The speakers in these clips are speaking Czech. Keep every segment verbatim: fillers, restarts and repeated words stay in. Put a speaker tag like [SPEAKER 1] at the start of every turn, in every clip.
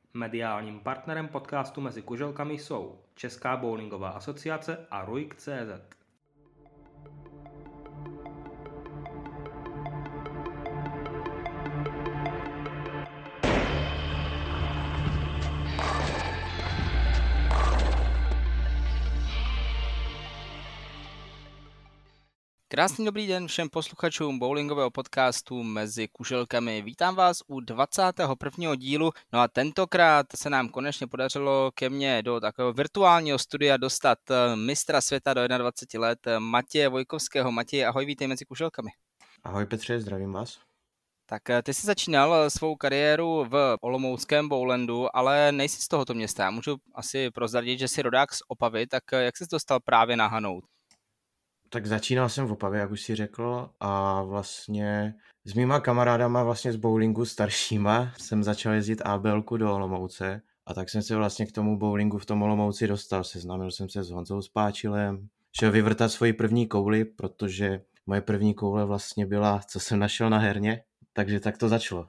[SPEAKER 1] Mediálním partnerem podcastu Mezi kuželkami jsou Česká bowlingová asociace a Ruik tečka cé zet.
[SPEAKER 2] Krásný dobrý den všem posluchačům bowlingového podcastu Mezi kuželkami. Vítám vás u dvacátého prvního dílu. No a tentokrát se nám konečně podařilo ke mně do takového virtuálního studia dostat mistra světa do dvaceti jedné let Matěje Vojkovského. Matěj, ahoj, vítej Mezi kuželkami.
[SPEAKER 3] Ahoj Petře, zdravím vás.
[SPEAKER 2] Tak ty jsi začínal svou kariéru v olomouckém bowlandu, ale nejsi z tohoto města. Já můžu asi prozradit, že jsi rodák z Opavy, tak jak jsi dostal právě na Hanout?
[SPEAKER 3] Tak začínal jsem v Opavě, jak už si řekl, a vlastně s mýma kamarádama vlastně z bowlingu staršíma jsem začal jezdit á bé elku do Olomouce a tak jsem se vlastně k tomu bowlingu v tom Olomouci dostal. Seznámil jsem se s Honzou Spáčilem, šel vyvrtat svoji první kouli, protože moje první koule vlastně byla, co jsem našel na herně, takže tak to začalo.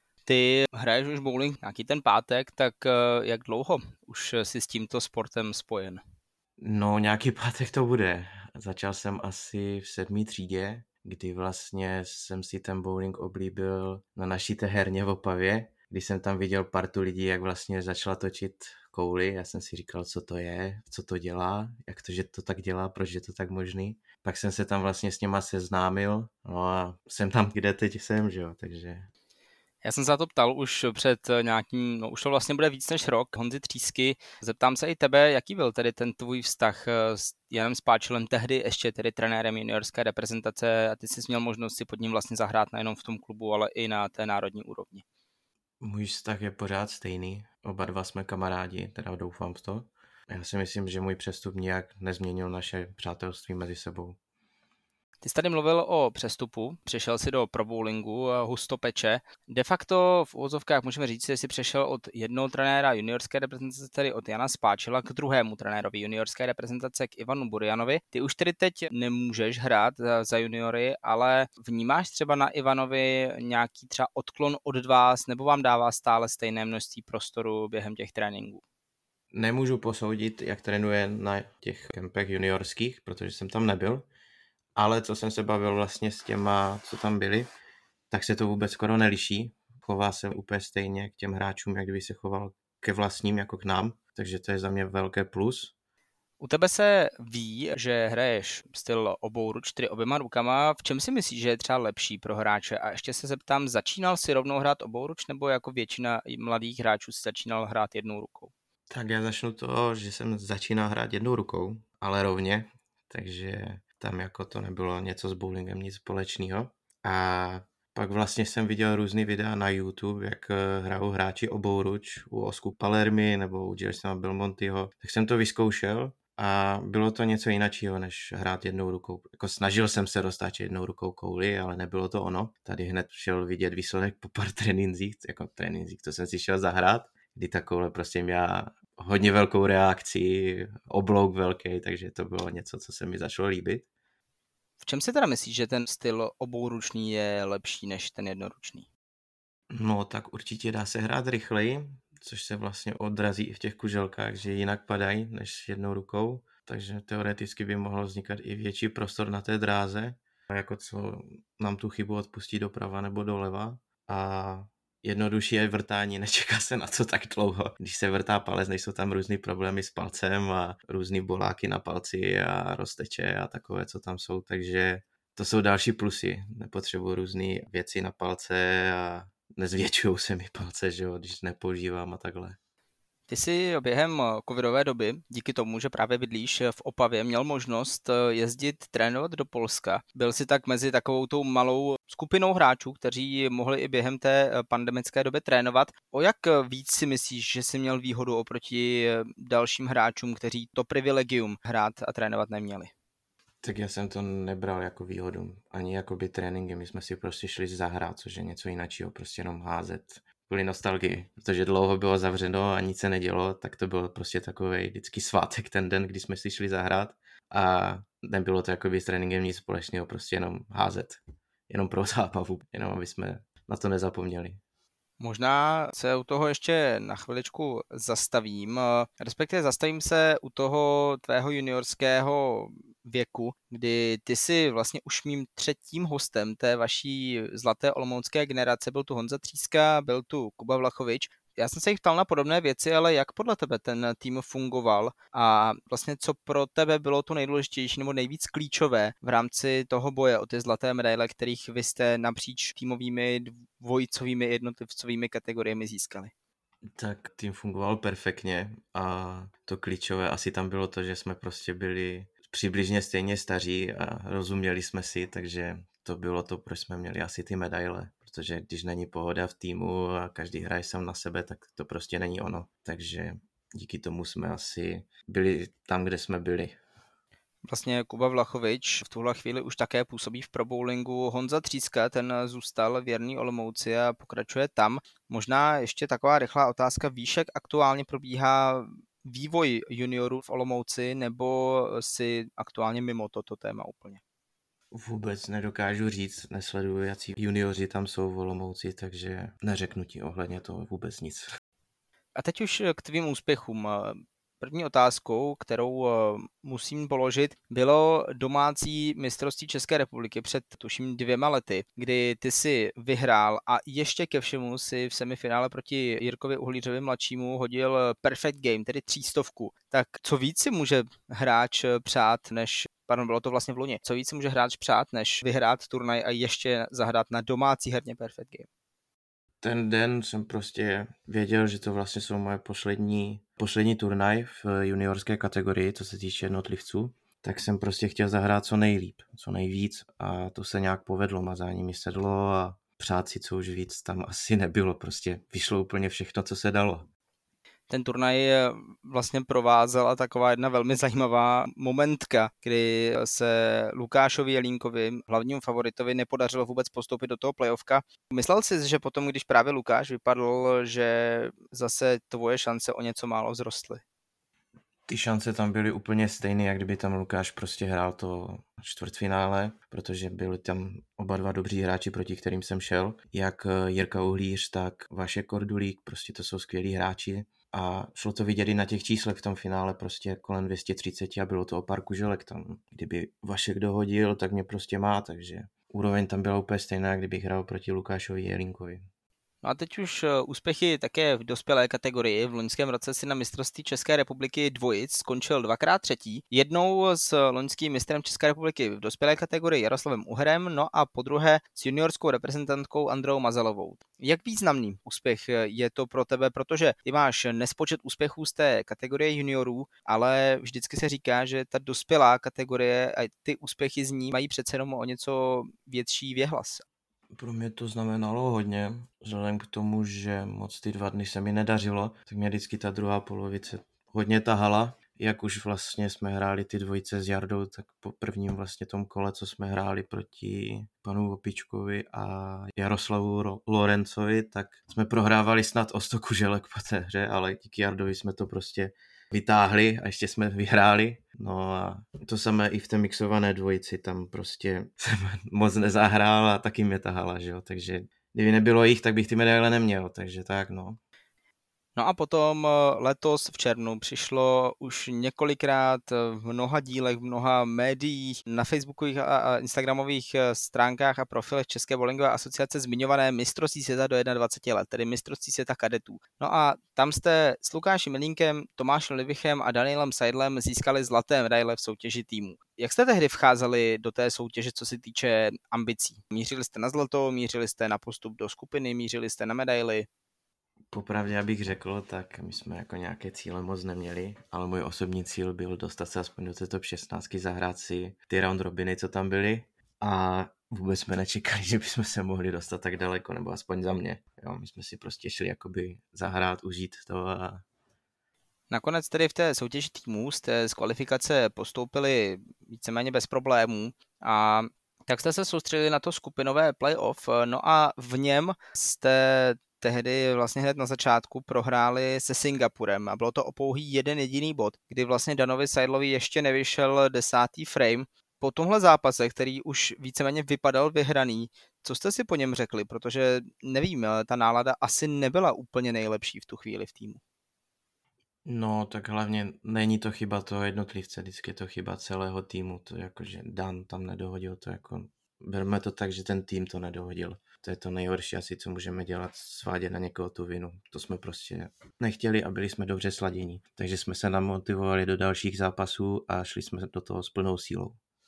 [SPEAKER 2] Ty hraješ už bowling nějaký ten pátek, tak jak dlouho už jsi s tímto sportem spojen?
[SPEAKER 3] No, nějaký pátek to bude. Začal jsem asi v sedmý třídě, kdy vlastně jsem si ten bowling oblíbil na naší té herně v Opavě, když jsem tam viděl partu lidí, jak vlastně začala točit kouli. Já jsem si říkal, co to je, co to dělá, jak to, že to tak dělá, proč je to tak možný. Pak jsem se tam vlastně s něma seznámil, no a jsem tam, kde teď jsem, že jo, takže...
[SPEAKER 2] Já jsem se na to ptal už před nějakým, no už to vlastně bude víc než rok, Honzi Třísky. Zeptám se i tebe, jaký byl tedy ten tvůj vztah s Janem Spáčilem, tehdy ještě tedy trenérem juniorské reprezentace, a ty jsi měl možnost si pod ním vlastně zahrát nejenom v tom klubu, ale i na té národní úrovni.
[SPEAKER 3] Můj vztah je pořád stejný, oba dva jsme kamarádi, teda doufám v to. Já si myslím, že můj přestup nijak nezměnil naše přátelství mezi sebou.
[SPEAKER 2] Ty jsi tady mluvil o přestupu, přešel si do pro bowlingu Hustopeče. De facto v uvozovkách můžeme říct, že jsi přešel od jednoho trenéra juniorské reprezentace, tedy od Jana Spáčila, k druhému trenérovi juniorské reprezentace, k Ivanu Burjanovi. Ty už tedy teď nemůžeš hrát za juniory, ale vnímáš třeba na Ivanovi nějaký třeba odklon od vás, nebo vám dává stále stejné množství prostoru během těch tréninků?
[SPEAKER 3] Nemůžu posoudit, jak trénuje na těch kempech juniorských, protože jsem tam nebyl. Ale co jsem se bavil vlastně s těma, co tam byli, tak se to vůbec skoro neliší. Chová se úplně stejně k těm hráčům, jak kdyby se choval ke vlastním jako k nám. Takže to je za mě velké plus.
[SPEAKER 2] U tebe se ví, že hraješ styl obouruč, tedy oběma rukama. V čem si myslíš, že je třeba lepší pro hráče? A ještě se zeptám, začínal si rovnou hrát obouruč, nebo jako většina mladých hráčů si začínal hrát jednou rukou?
[SPEAKER 3] Tak já začnu to, že jsem začínal hrát jednou rukou, ale rovně. Takže tam jako to nebylo něco s bowlingem, nic společného. A pak vlastně jsem viděl různý videa na YouTube, jak hrajou hráči obouruč u Osku Palermy nebo u Jasona Belmontyho. Tak jsem to vyzkoušel a bylo to něco jiného, než hrát jednou rukou. Jako snažil jsem se roztáčet jednou rukou kouli, ale nebylo to ono. Tady hned šel vidět výsledek po pár trénincích, jako trénincích, to jsem si šel zahrát, kdy ta koule prostě měla hodně velkou reakci, oblouk velký, takže to bylo něco, co se mi začalo líbit.
[SPEAKER 2] V čem si teda myslíš, že ten styl obouručný je lepší než ten jednoručný?
[SPEAKER 3] No tak určitě dá se hrát rychleji, což se vlastně odrazí i v těch kuželkách, že jinak padají než jednou rukou, takže teoreticky by mohlo vznikat i větší prostor na té dráze, jako co nám tu chybu odpustí doprava nebo doleva. A jednodušší je vrtání, nečeká se na to tak dlouho. Když se vrtá palec, nejsou tam různý problémy s palcem a různý boláky na palci a rozteče a takové, co tam jsou, takže to jsou další plusy. Nepotřebuji různé věci na palce a nezvětšují se mi palce, že jo, když nepoužívám a takhle.
[SPEAKER 2] Ty jsi během covidové doby, díky tomu, že právě bydlíš v Opavě, měl možnost jezdit trénovat do Polska. Byl jsi tak mezi takovou tou malou skupinou hráčů, kteří mohli i během té pandemické doby trénovat. O jak víc si myslíš, že jsi měl výhodu oproti dalším hráčům, kteří to privilegium hrát a trénovat neměli?
[SPEAKER 3] Tak já jsem to nebral jako výhodu, ani jako by tréninky, my jsme si prostě šli zahrát, což je něco jiného, prostě jenom házet. Kvůli nostalgii, protože dlouho bylo zavřeno a nic se nedělo, tak to byl prostě takovej vždycky svátek ten den, kdy jsme si šli zahrát a nebylo to jako by s tréninkem nic společného, prostě jenom házet, jenom pro zábavu, jenom aby jsme na to nezapomněli.
[SPEAKER 2] Možná se u toho ještě na chviličku zastavím, respektive zastavím se u toho tvého juniorského věku, kdy ty jsi vlastně už mým třetím hostem té vaší zlaté olomoucké generace, byl tu Honza Tříska, byl tu Kuba Vlachovič. Já jsem se jich ptal na podobné věci, ale jak podle tebe ten tým fungoval a vlastně co pro tebe bylo to nejdůležitější nebo nejvíc klíčové v rámci toho boje o ty zlaté medaile, kterých vy jste napříč týmovými dvojicovými jednotlivcovými kategoriemi získali?
[SPEAKER 3] Tak tým fungoval perfektně a to klíčové asi tam bylo to, že jsme prostě byli přibližně stejně staří a rozuměli jsme si, takže to bylo to, proč jsme měli asi ty medaile, protože když není pohoda v týmu a každý hraje sám na sebe, tak to prostě není ono, takže díky tomu jsme asi byli tam, kde jsme byli.
[SPEAKER 2] Vlastně Kuba Vlachovič v tuhle chvíli už také působí v pro bowlingu. Honza Tříska, ten zůstal věrný Olomouci a pokračuje tam. Možná ještě taková rychlá otázka. Víš, jak aktuálně probíhá vývoj juniorů v Olomouci, nebo si aktuálně mimo toto téma úplně?
[SPEAKER 3] Vůbec nedokážu říct, nesleduju, jací junioři tam jsou v Olomouci, takže neřeknu ti ohledně toho vůbec nic.
[SPEAKER 2] A teď už k tvým úspěchům. První otázkou, kterou musím položit, bylo domácí mistrovství České republiky před tuším dvěma lety, kdy ty si vyhrál a ještě ke všemu si v semifinále proti Jirkovi Uhlířovi mladšímu hodil perfect game, tedy třístovku. Tak co víc si může hráč přát, než, pardon, bylo to vlastně v loni, co víc si může hráč přát, než vyhrát turnaj a ještě zahrát na domácí herně perfect game?
[SPEAKER 3] Ten den jsem prostě věděl, že to vlastně jsou moje poslední, poslední turnaj v juniorské kategorii, co se týče jednotlivců, tak jsem prostě chtěl zahrát co nejlíp, co nejvíc a to se nějak povedlo, mazání mi sedlo a přát si co už víc tam asi nebylo, prostě vyšlo úplně všechno, co se dalo.
[SPEAKER 2] Ten turnaj vlastně provázela taková jedna velmi zajímavá momentka, kdy se Lukášovi Jelínkovi, hlavnímu favoritovi, nepodařilo vůbec postoupit do toho playoffka. Myslel jsi, že potom, když právě Lukáš vypadl, že zase tvoje šance o něco málo vzrostly?
[SPEAKER 3] Ty šance tam byly úplně stejné, jak kdyby tam Lukáš prostě hrál to čtvrtfinále, protože byli tam oba dva dobří hráči, proti kterým jsem šel. Jak Jirka Uhlíř, tak Vašek Kordulík, prostě to jsou skvělí hráči. A šlo to vidět i na těch číslech v tom finále, prostě kolem dvě stě třicet a bylo to o pár kuželek tam. Kdyby Vašek dohodil, tak mě prostě má, takže úroveň tam byla úplně stejná, kdybych hrál proti Lukášovi Jelínkovi.
[SPEAKER 2] No a teď už úspěchy také v dospělé kategorii. V loňském roce si na mistrovství České republiky dvojic skončil dvakrát třetí. Jednou s loňským mistrem České republiky v dospělé kategorii Jaroslavem Uherem, no a po druhé s juniorskou reprezentantkou Andreou Mazalovou. Jak významný úspěch je to pro tebe, protože ty máš nespočet úspěchů z té kategorie juniorů, ale vždycky se říká, že ta dospělá kategorie a ty úspěchy z ní mají přece jenom o něco větší věhlas.
[SPEAKER 3] Pro mě to znamenalo hodně, vzhledem k tomu, že moc ty dva dny se mi nedařilo, tak mě vždycky ta druhá polovice hodně tahala. Jak už vlastně jsme hráli ty dvojice s Jardou, tak po prvním vlastně tom kole, co jsme hráli proti panu Opičkovi a Jaroslavu Lorencovi, tak jsme prohrávali snad o sto kuželek po té hře, ale díky Jardovi jsme to prostě vytáhli a ještě jsme vyhráli. No a to samé i v té mixované dvojici, tam prostě jsem moc nezahrál a taky mě tahala, že jo, takže kdyby nebylo jich, tak bych ty medaile neměl, takže tak no.
[SPEAKER 2] No a potom letos v červnu přišlo už několikrát v mnoha dílech, v mnoha médiích, na facebookových a instagramových stránkách a profilech České bowlingové asociace zmiňované mistrovství světa do dvaceti jedna let, tedy mistrovství světa kadetů. No a tam jste s Lukášem Jelínkem, Tomášem Livichem a Danielem Seidlem získali zlaté medaile v soutěži týmu. Jak jste tehdy vcházeli do té soutěže, co se týče ambicí? Mířili jste na zlato, mířili jste na postup do skupiny, mířili jste na medaily?
[SPEAKER 3] Popravdě, abych řekl, tak my jsme jako nějaké cíle moc neměli, ale můj osobní cíl byl dostat se aspoň do té top šestnáctky, zahrát si ty round robiny, co tam byly a vůbec jsme nečekali, že bychom se mohli dostat tak daleko, nebo aspoň za mě. Jo, my jsme si prostě šli jakoby zahrát, užít to a...
[SPEAKER 2] Nakonec tedy v té soutěži týmů jste z kvalifikace postoupili víceméně bez problémů a tak jste se soustředili na to skupinové playoff, no a v něm jste tehdy vlastně hned na začátku prohráli se Singapurem a bylo to o pouhý jeden jediný bod, kdy vlastně Danovi Seidlovi ještě nevyšel desátý frame. Po tomhle zápase, který už víceméně vypadal vyhraný, Co jste si po něm řekli? Protože nevím, ta nálada asi nebyla úplně nejlepší v tu chvíli v týmu.
[SPEAKER 3] No, tak hlavně není to chyba toho jednotlivce, vždycky je to chyba celého týmu, to jakože Dan tam nedohodil, to jako, berme to tak, že ten tým to nedohodil. To je to nejhorší asi, co můžeme dělat, svádět na někoho tu vinu. To jsme prostě nechtěli a byli jsme dobře sladění. Takže jsme se namotivovali do dalších zápasů a šli jsme do toho s plnou sílou.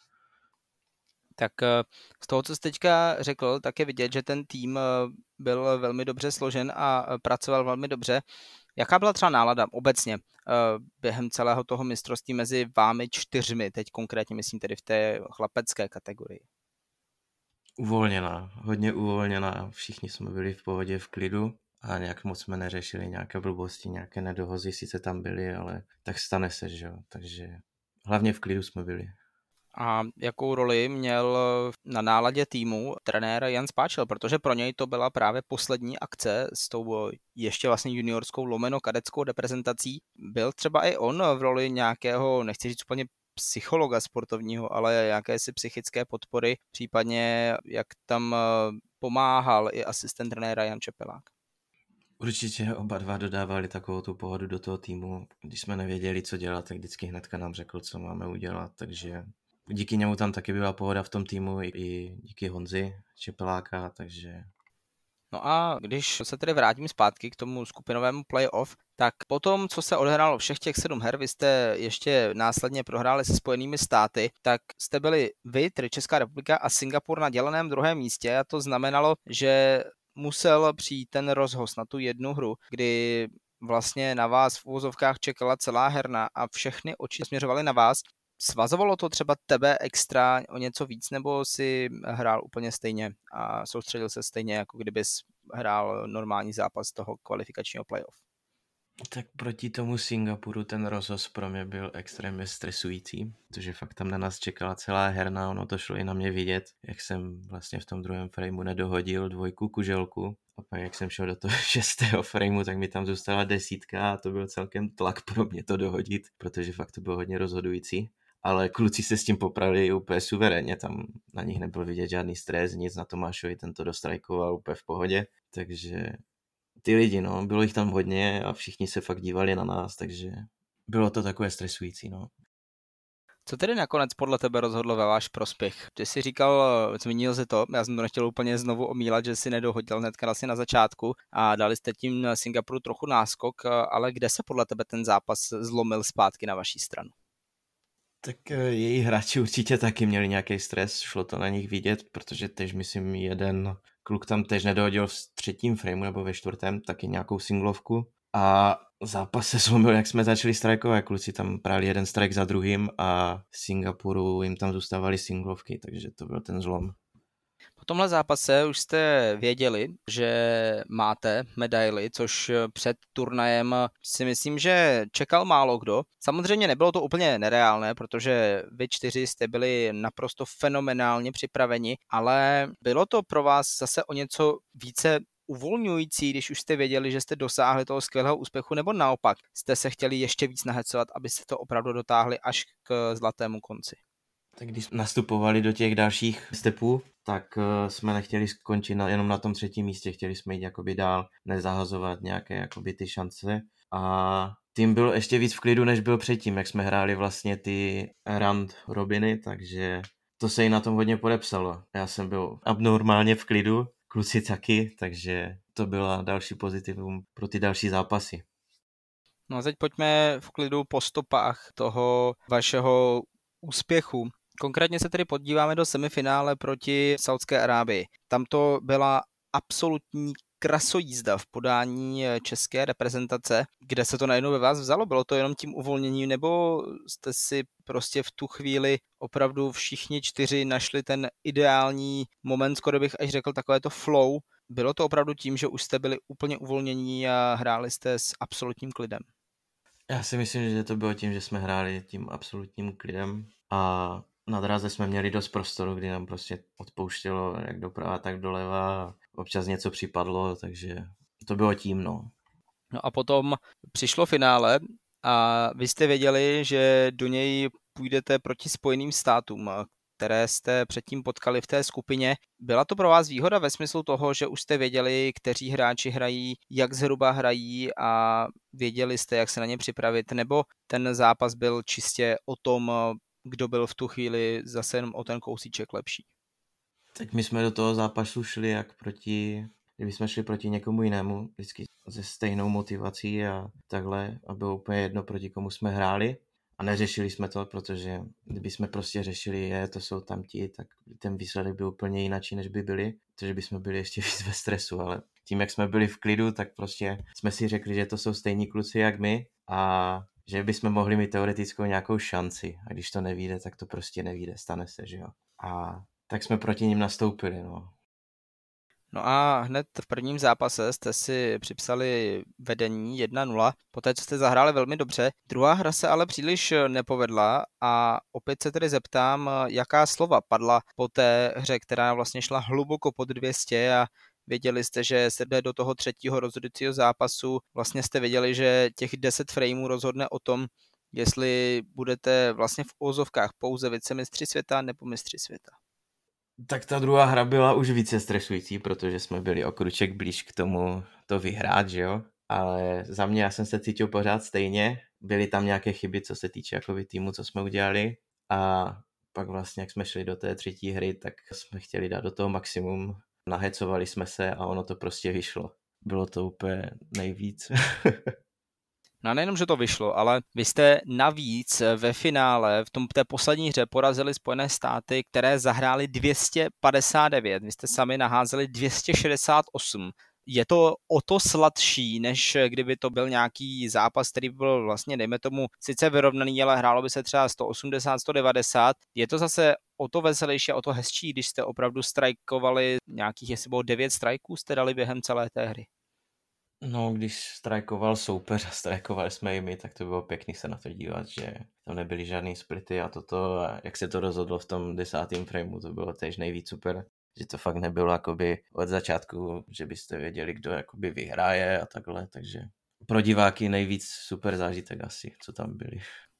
[SPEAKER 2] Tak z toho, co jsi teďka řekl, tak je vidět, že ten tým byl velmi dobře složen a pracoval velmi dobře. Jaká byla třeba nálada obecně během celého toho mistrovství mezi vámi čtyřmi, teď konkrétně myslím tedy v té chlapecké kategorii?
[SPEAKER 3] Uvolněná, hodně uvolněná, všichni jsme byli v pohodě, v klidu a nějak moc jsme neřešili nějaké blbosti, nějaké nedohozy sice tam byly, ale tak stane se, že jo, takže hlavně v klidu jsme byli.
[SPEAKER 2] A jakou roli měl na náladě týmu trenér Jan Spáčil, protože pro něj to byla právě poslední akce s tou ještě vlastně juniorskou lomeno kadetskou reprezentací. Byl třeba i on v roli nějakého, nechci říct úplně psychologa sportovního, ale jakési psychické podpory, případně jak tam pomáhal i asistent trenéra Jan Čepelák?
[SPEAKER 3] Určitě oba dva dodávali takovou tu pohodu do toho týmu. Když jsme nevěděli, co dělat, tak vždycky hnedka nám řekl, co máme udělat, takže díky němu tam taky byla pohoda v tom týmu i díky Honzi Čepeláka, takže...
[SPEAKER 2] No a když se tedy vrátím zpátky k tomu skupinovému playoff, tak potom, co se odehrálo všech těch sedm her, vy jste ještě následně prohráli se Spojenými státy, tak jste byli vy, tedy Česká republika a Singapur na děleném druhém místě a to znamenalo, že musel přijít ten rozhoz na tu jednu hru, kdy vlastně na vás v uvozovkách čekala celá herna a všechny oči směřovaly na vás. Svazovalo to třeba tebe extra o něco víc, nebo si hrál úplně stejně a soustředil se stejně, jako kdybys hrál normální zápas toho kvalifikačního playoff?
[SPEAKER 3] Tak proti tomu Singapuru ten rozhoz pro mě byl extrémně stresující, protože fakt tam na nás čekala celá herna, ono to šlo i na mě vidět, jak jsem vlastně v tom druhém frameu nedohodil dvojku kuželku a pak jak jsem šel do toho šestého frameu, tak mi tam zůstala desítka a to byl celkem tlak pro mě to dohodit, protože fakt to bylo hodně rozhodující. Ale kluci se s tím popravili úplně suverénně, tam na nich nebyl vidět žádný stres, nic, na Tomášovi ten to dostrajkoval úplně v pohodě, takže ty lidi, no, bylo jich tam hodně a všichni se fakt dívali na nás, takže bylo to takové stresující, no.
[SPEAKER 2] Co tedy nakonec podle tebe rozhodlo ve váš prospěch? Ty jsi říkal, zmínil jsi to, já jsem to nechtěl úplně znovu omílat, že si nedohodil hnedka vlastně na začátku a dali jste tím Singapuru trochu náskok, ale kde se podle tebe ten zápas zlomil zpátky na vaší stranu?
[SPEAKER 3] Tak její hráči určitě taky měli nějaký stres, šlo to na nich vidět, protože tež myslím jeden kluk tam tež nedohodil v třetím frameu nebo ve čtvrtém, taky nějakou singlovku a zápas se zlomil, jak jsme začali strajkovat, kluci tam práli jeden strike za druhým a v Singapuru jim tam zůstávaly singlovky, takže to byl ten zlom.
[SPEAKER 2] Po tomhle zápase už jste věděli, že máte medaili, což před turnajem si myslím, že čekal málo kdo. Samozřejmě nebylo to úplně nereálné, protože vy čtyři jste byli naprosto fenomenálně připraveni, ale bylo to pro vás zase o něco více uvolňující, když už jste věděli, že jste dosáhli toho skvělého úspěchu, nebo naopak jste se chtěli ještě víc nahecovat, abyste to opravdu dotáhli až k zlatému konci?
[SPEAKER 3] Tak když nastupovali do těch dalších stepů, tak uh, jsme nechtěli skončit na, jenom na tom třetím místě, chtěli jsme jít jakoby dál, nezahazovat nějaké jakoby ty šance a tým byl ještě víc v klidu, než byl předtím, jak jsme hráli vlastně ty round robiny, takže to se jí na tom hodně podepsalo. Já jsem byl abnormálně v klidu, kluci taky, takže to byla další pozitivum pro ty další zápasy.
[SPEAKER 2] No a teď pojďme v klidu po stopách toho vašeho úspěchu. Konkrétně se tedy podíváme do semifinále proti Saudské Arábii. Tam to byla absolutní krasojízda v podání české reprezentace. Kde se to najednou ve vás vzalo? Bylo to jenom tím uvolněním, nebo jste si prostě v tu chvíli opravdu všichni čtyři našli ten ideální moment, skoro bych až řekl takové to flow? Bylo to opravdu tím, že už jste byli úplně uvolnění a hráli jste s absolutním klidem?
[SPEAKER 3] Já si myslím, že to bylo tím, že jsme hráli tím absolutním klidem a na dráze jsme měli dost prostoru, kdy nám prostě odpouštělo jak doprava, tak doleva. Občas něco připadlo, takže to bylo tím, no.
[SPEAKER 2] No a potom přišlo finále a vy jste věděli, že do něj půjdete proti Spojeným státům. které jste předtím potkali v té skupině. Byla to pro vás výhoda ve smyslu toho, že už jste věděli, kteří hráči hrají, jak zhruba hrají a věděli jste, jak se na ně připravit, nebo ten zápas byl čistě o tom, kdo byl v tu chvíli zase jenom o ten kousíček lepší?
[SPEAKER 3] Tak my jsme do toho zápasu šli jak proti, kdyby jsme šli proti někomu jinému, vždycky se stejnou motivací a takhle a bylo úplně jedno, proti komu jsme hráli a neřešili jsme to, protože kdyby jsme prostě řešili, je, to jsou tam ti, tak ten výsledek byl úplně jináčí, než by byli, protože by jsme byli ještě víc ve stresu, ale tím, jak jsme byli v klidu, tak prostě jsme si řekli, že to jsou stejní kluci jak my a že bychom mohli mít teoretickou nějakou šanci a když to nevíde, tak to prostě nevíde, stane se, že jo. A tak jsme proti ním nastoupili, no.
[SPEAKER 2] No a hned v prvním zápase jste si připsali vedení jedna nula, poté co jste zahráli velmi dobře. Druhá hra se ale příliš nepovedla a opět se tedy zeptám, jaká slova padla po té hře, která vlastně šla hluboko pod dvě stě a věděli jste, že se jde do toho třetího rozhodujícího zápasu. Vlastně jste věděli, že těch deset frameů rozhodne o tom, jestli budete vlastně v úvozovkách pouze vicemistři světa nebo mistři světa.
[SPEAKER 3] Tak ta druhá hra byla už více stresující, protože jsme byli o kruček blíž k tomu to vyhrát, že jo? Ale za mě já jsem se cítil pořád stejně. Byly tam nějaké chyby, co se týče jakoby týmu, co jsme udělali. A pak vlastně, jak jsme šli do té třetí hry, tak jsme chtěli dát do toho maximum. Nahecovali jsme se a ono to prostě vyšlo. Bylo to úplně nejvíc.
[SPEAKER 2] No a nejenom, že to vyšlo, ale vy jste navíc ve finále v tom té poslední hře porazili Spojené státy, které zahrály dvě stě padesát devět. Vy jste sami naházeli dvě stě šedesát osm. Je to o to sladší, než kdyby to byl nějaký zápas, který byl vlastně, dejme tomu, sice vyrovnaný, ale hrálo by se třeba sto osmdesát, sto devadesát. Je to zase o to veselější a o to hezčí, když jste opravdu strajkovali nějakých, jestli bylo devět strajků, jste dali během celé té hry.
[SPEAKER 3] No, když strajkoval soupeř a strajkovali jsme i my, tak to bylo pěkný se na to dívat, že tam nebyly žádný splity a toto a jak se to rozhodlo v tom desátém frameu, to bylo též nejvíc super, že to fakt nebylo jakoby od začátku, že byste věděli, kdo jakoby vyhraje a takhle, takže pro diváky nejvíc super zážitek asi, co tam byly.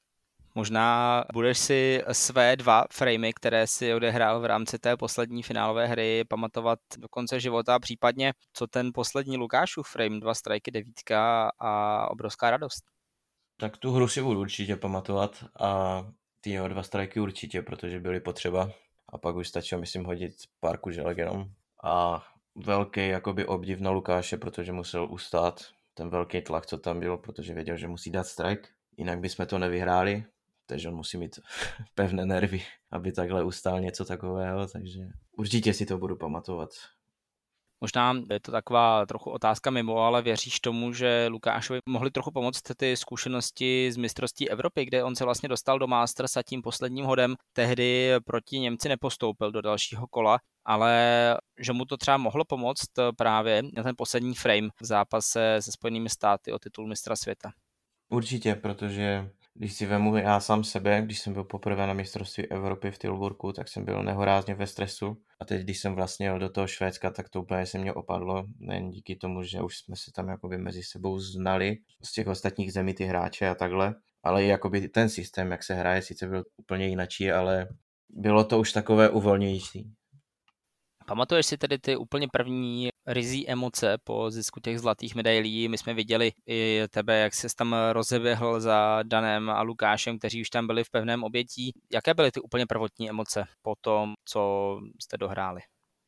[SPEAKER 2] Možná budeš si své dva framey, které si odehrál v rámci té poslední finálové hry, pamatovat do konce života, případně co ten poslední Lukášův frame, dva strajky, devítka a obrovská radost.
[SPEAKER 3] Tak tu hru si budu určitě pamatovat a ty jeho dva strajky určitě, protože byly potřeba a pak už stačilo, myslím, hodit pár kuželek jenom a velký jakoby obdiv na Lukáše, protože musel ustát ten velký tlak, co tam byl, protože věděl, že musí dát strike, jinak bychom to nevyhráli. Takže on musí mít pevné nervy, aby takhle ustál něco takového, takže určitě si to budu pamatovat.
[SPEAKER 2] Možná je to taková trochu otázka mimo, ale věříš tomu, že Lukášovi mohli trochu pomoct ty zkušenosti z mistrovství Evropy, kde on se vlastně dostal do Masters a tím posledním hodem tehdy proti Němci nepostoupil do dalšího kola, ale že mu to třeba mohlo pomoct právě na ten poslední frame v zápase se Spojenými státy o titul mistra světa?
[SPEAKER 3] Určitě, protože když si vemu já sám sebe, když jsem byl poprvé na mistrovství Evropy v Tilburgu, tak jsem byl nehorázně ve stresu. A teď, když jsem vlastně jel do toho Švédska, tak to úplně se mě opadlo. Nejen díky tomu, že už jsme se tam jakoby mezi sebou znali z těch ostatních zemí ty hráče a takhle. Ale i jakoby ten systém, jak se hraje, sice byl úplně jinačí, ale bylo to už takové uvolňující.
[SPEAKER 2] Pamatuješ si tedy ty úplně první ryzí emoce po zisku těch zlatých medailí? My jsme viděli i tebe, jak ses tam rozeběhl za Danem a Lukášem, kteří už tam byli v pevném obětí. Jaké byly ty úplně prvotní emoce po tom, co jste dohráli?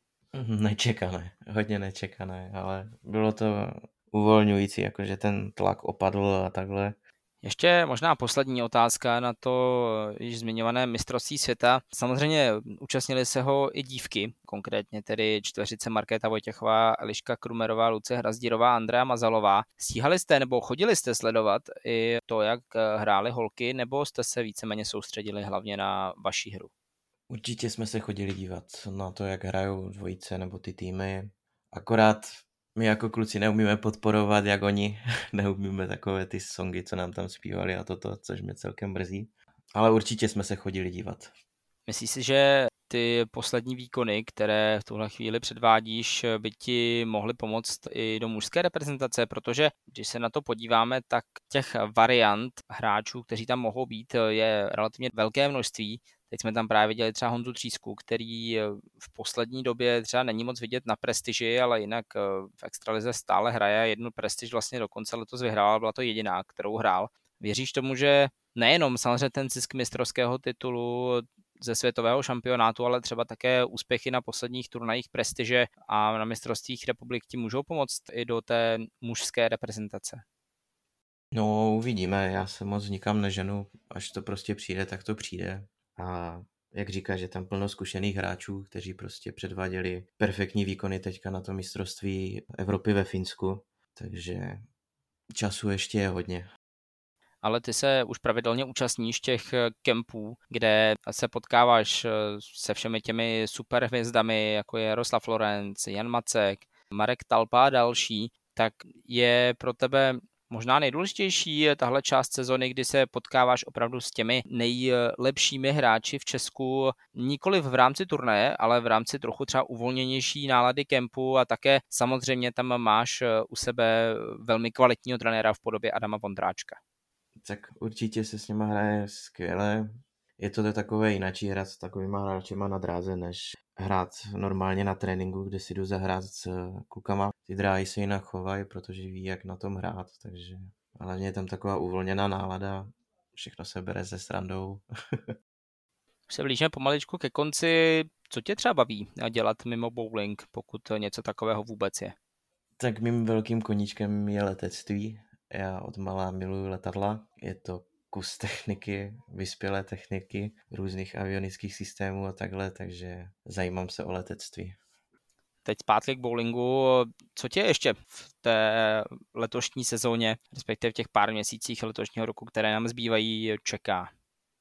[SPEAKER 3] Nečekané, hodně nečekané, ale bylo to uvolňující, jakože ten tlak opadl a takhle.
[SPEAKER 2] Ještě možná poslední otázka na to již zmiňované mistrovství světa. Samozřejmě účastnili se ho i dívky, konkrétně tedy čtveřice Markéta Vojtěchová, Eliška Krumerová, Lucie Hrazdírová, Andrea Mazalová. Stíhali jste nebo chodili jste sledovat i to, jak hrály holky, nebo jste se víceméně soustředili hlavně na vaši hru?
[SPEAKER 3] Určitě jsme se chodili dívat na to, jak hrajou dvojice nebo ty týmy. Akorát my jako kluci neumíme podporovat, jak oni, neumíme takové ty songy, co nám tam zpívali a toto, což mě celkem mrzí. Ale určitě jsme se chodili dívat.
[SPEAKER 2] Myslíš si, že ty poslední výkony, které v tuhle chvíli předvádíš, by ti mohly pomoct i do mužské reprezentace, protože když se na to podíváme, tak těch variant hráčů, kteří tam mohou být, je relativně velké množství. Teď jsme tam právě viděli třeba Honzu Třísku, který v poslední době třeba není moc vidět na prestiži, ale jinak v extralize stále hraje. Jednu prestiž vlastně dokonce letos vyhrál, byla to jediná, kterou hrál. Věříš tomu, že nejenom samozřejmě ten zisk mistrovského titulu ze světového šampionátu, ale třeba také úspěchy na posledních turnajích prestiže a na mistrovstvích republik ti můžou pomoct i do té mužské reprezentace?
[SPEAKER 3] No, uvidíme, já se moc nikam neženu, až to prostě přijde, tak to přijde. A jak říkáš, že tam plno zkušených hráčů, kteří prostě předváděli perfektní výkony teďka na to mistrovství Evropy ve Finsku, takže času ještě je hodně.
[SPEAKER 2] Ale ty se už pravidelně účastníš těch kempů, kde se potkáváš se všemi těmi superhvězdami, jako je Jaroslav Florenc, Jan Macek, Marek Talpa a další, tak je pro tebe možná nejdůležitější tahle část sezony, kdy se potkáváš opravdu s těmi nejlepšími hráči v Česku, nikoli v rámci turnaje, ale v rámci trochu třeba uvolněnější nálady kempu a také samozřejmě tam máš u sebe velmi kvalitního trenéra v podobě Adama Vondráčka.
[SPEAKER 3] Tak určitě se s nima hraje skvěle. Je to takové jinačí hrát s takovýma hráčima na dráze, než hrát normálně na tréninku, kde si jdu zahrát s klukama. Ty dráhy se jinak chovají, protože ví, jak na tom hrát, takže hlavně je tam taková uvolněná nálada, všechno se bere se srandou.
[SPEAKER 2] Už se blížíme pomaličku ke konci. Co tě třeba baví dělat mimo bowling, pokud něco takového vůbec je?
[SPEAKER 3] Tak mým velkým koníčkem je letectví. Já od malá miluji letadla. Je to kus techniky, vyspělé techniky, různých avionických systémů a takhle, takže zajímám se o letectví.
[SPEAKER 2] Teď zpátky k bowlingu. Co tě ještě v té letošní sezóně, respektive v těch pár měsících letošního roku, které nám zbývají, čeká?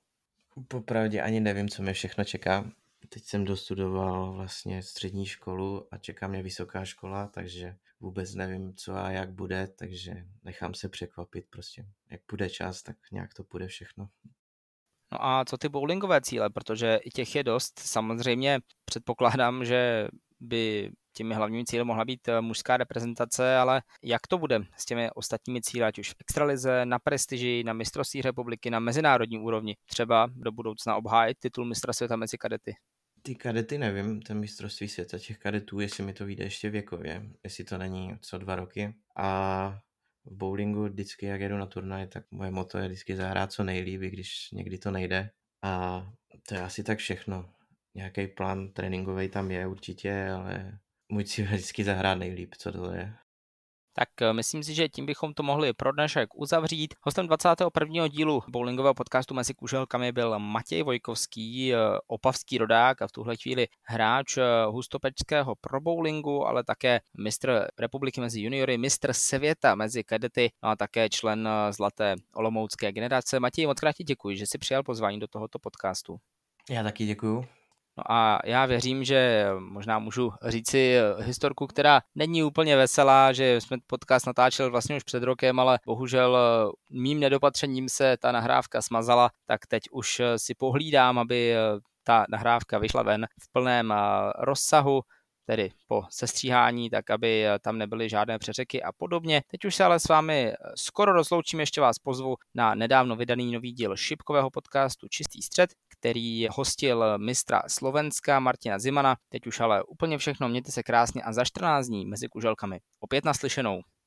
[SPEAKER 3] Popravdě ani nevím, co mě všechno čeká. Teď jsem dostudoval vlastně střední školu a čeká mě vysoká škola, takže vůbec nevím, co a jak bude, takže nechám se překvapit prostě. Jak bude čas, tak nějak to půjde všechno.
[SPEAKER 2] No a co ty bowlingové cíle, protože i těch je dost. Samozřejmě předpokládám, že by těmi hlavními cíly mohla být mužská reprezentace, ale jak to bude s těmi ostatními cíly, ať už v extralize, na prestiži, na mistrovství republiky, na mezinárodní úrovni, třeba do budoucna obhájit titul mistra světa mezi kadety?
[SPEAKER 3] Ty kadety nevím, ten mistrovství světa těch kadetů, jestli mi to vyjde ještě věkově, jestli to není co dva roky. A v bowlingu vždycky, jak jedu na turnaj, tak moje motto je vždycky zahrát co nejlíp, když někdy to nejde. A to je asi tak všechno. Nějaký plán tréninkový tam je určitě, ale můj cíl je vždycky zahrát nejlíp, co to je.
[SPEAKER 2] Tak myslím si, že tím bychom to mohli pro dnešek uzavřít. Hostem dvacátého prvního dílu bowlingového podcastu Mezi kuželkami byl Matěj Vojkovský, opavský rodák a v tuhle chvíli hráč hustopečského pro bowlingu, ale také mistr republiky mezi juniory, mistr světa mezi kadety, no a také člen zlaté olomoucké generace. Matěj, moc krát ti děkuji, že jsi přijal pozvání do tohoto podcastu.
[SPEAKER 3] Já taky děkuju.
[SPEAKER 2] No a já věřím, že možná můžu říci historku, která není úplně veselá, že jsme podcast natáčeli vlastně už před rokem, ale bohužel mým nedopatřením se ta nahrávka smazala, tak teď už si pohlídám, aby ta nahrávka vyšla ven v plném rozsahu, tedy po sestříhání, tak aby tam nebyly žádné přeřeky a podobně. Teď už se ale s vámi skoro rozloučím, ještě vás pozvu na nedávno vydaný nový díl šipkového podcastu Čistý střed, který hostil mistra Slovenska Martina Zimana. Teď už ale úplně všechno, mějte se krásně a za čtrnáct dní Mezi kuželkami. Opět naslyšenou.